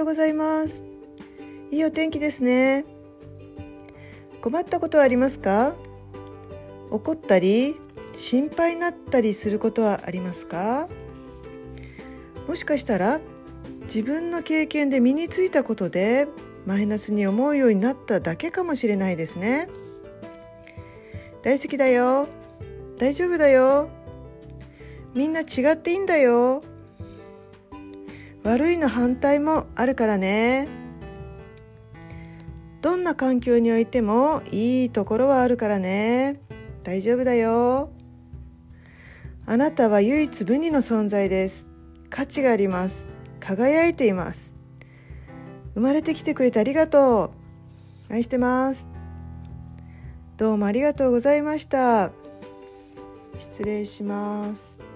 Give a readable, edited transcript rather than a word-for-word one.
うございます。いいお天気ですね。困ったことはありますか？怒ったり心配になったりすることはありますか？もしかしたら自分の経験で身についたことでマイナスに思うようになっただけかもしれないですね。大好きだよ、大丈夫だよ、みんな違っていいんだよ、悪いの反対もあるからね。どんな環境においてもいいところはあるからね。大丈夫だよ。あなたは唯一無二の存在です。価値があります。輝いています。生まれてきてくれてありがとう。愛してます。どうもありがとうございました。失礼します。